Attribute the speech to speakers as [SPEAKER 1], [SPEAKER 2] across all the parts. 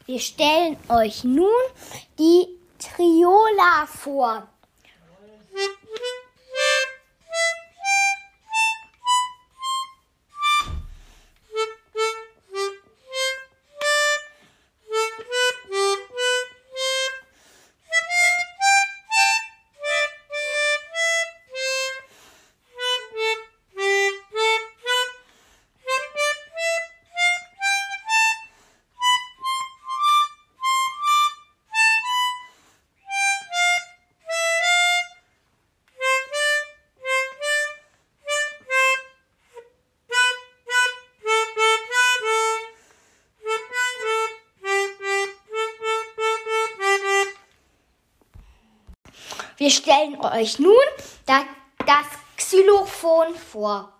[SPEAKER 1] Wir stellen euch nun die Triola vor. Wir stellen euch nun das Xylophon vor.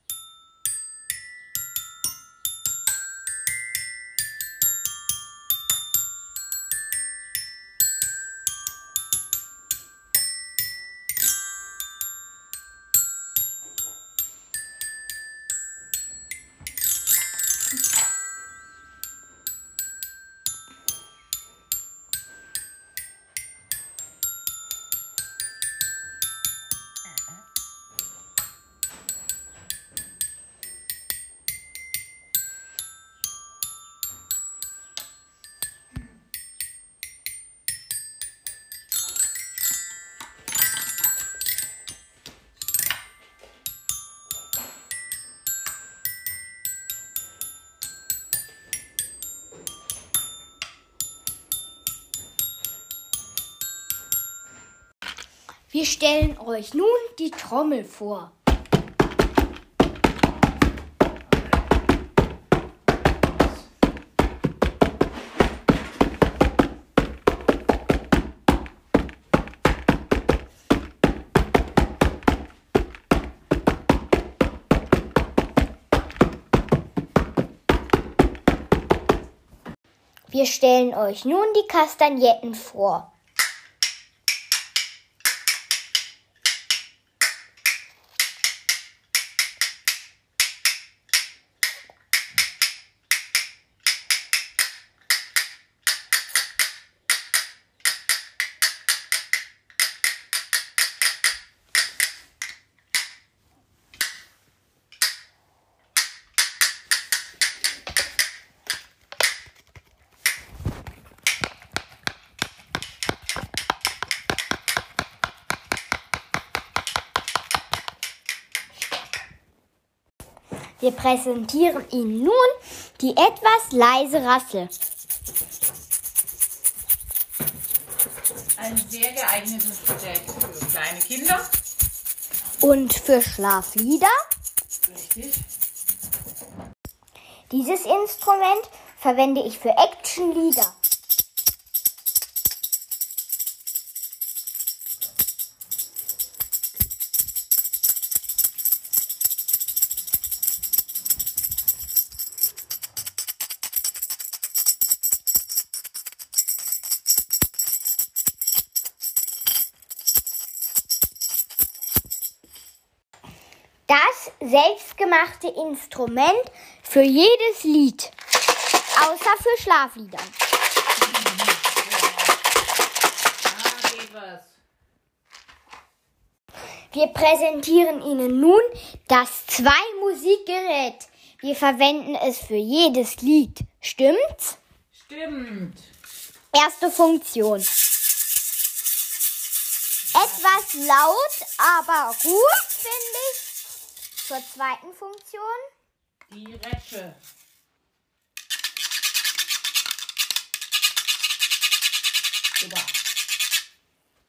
[SPEAKER 1] Wir stellen euch nun die Trommel vor. Wir stellen euch nun die Kastagnetten vor. Wir präsentieren Ihnen nun die etwas leise Rassel.
[SPEAKER 2] Ein sehr geeignetes Projekt für kleine Kinder.
[SPEAKER 1] Und für Schlaflieder.
[SPEAKER 2] Richtig.
[SPEAKER 1] Dieses Instrument verwende ich für Actionlieder. Das selbstgemachte Instrument für jedes Lied, außer für Schlaflieder.
[SPEAKER 2] Geht was.
[SPEAKER 1] Wir präsentieren Ihnen nun das 2-Musikgerät. Wir verwenden es für jedes Lied. Stimmt's?
[SPEAKER 2] Stimmt.
[SPEAKER 1] Erste Funktion. Etwas laut, aber gut, finde ich. Zur zweiten Funktion.
[SPEAKER 2] Die Rätsche.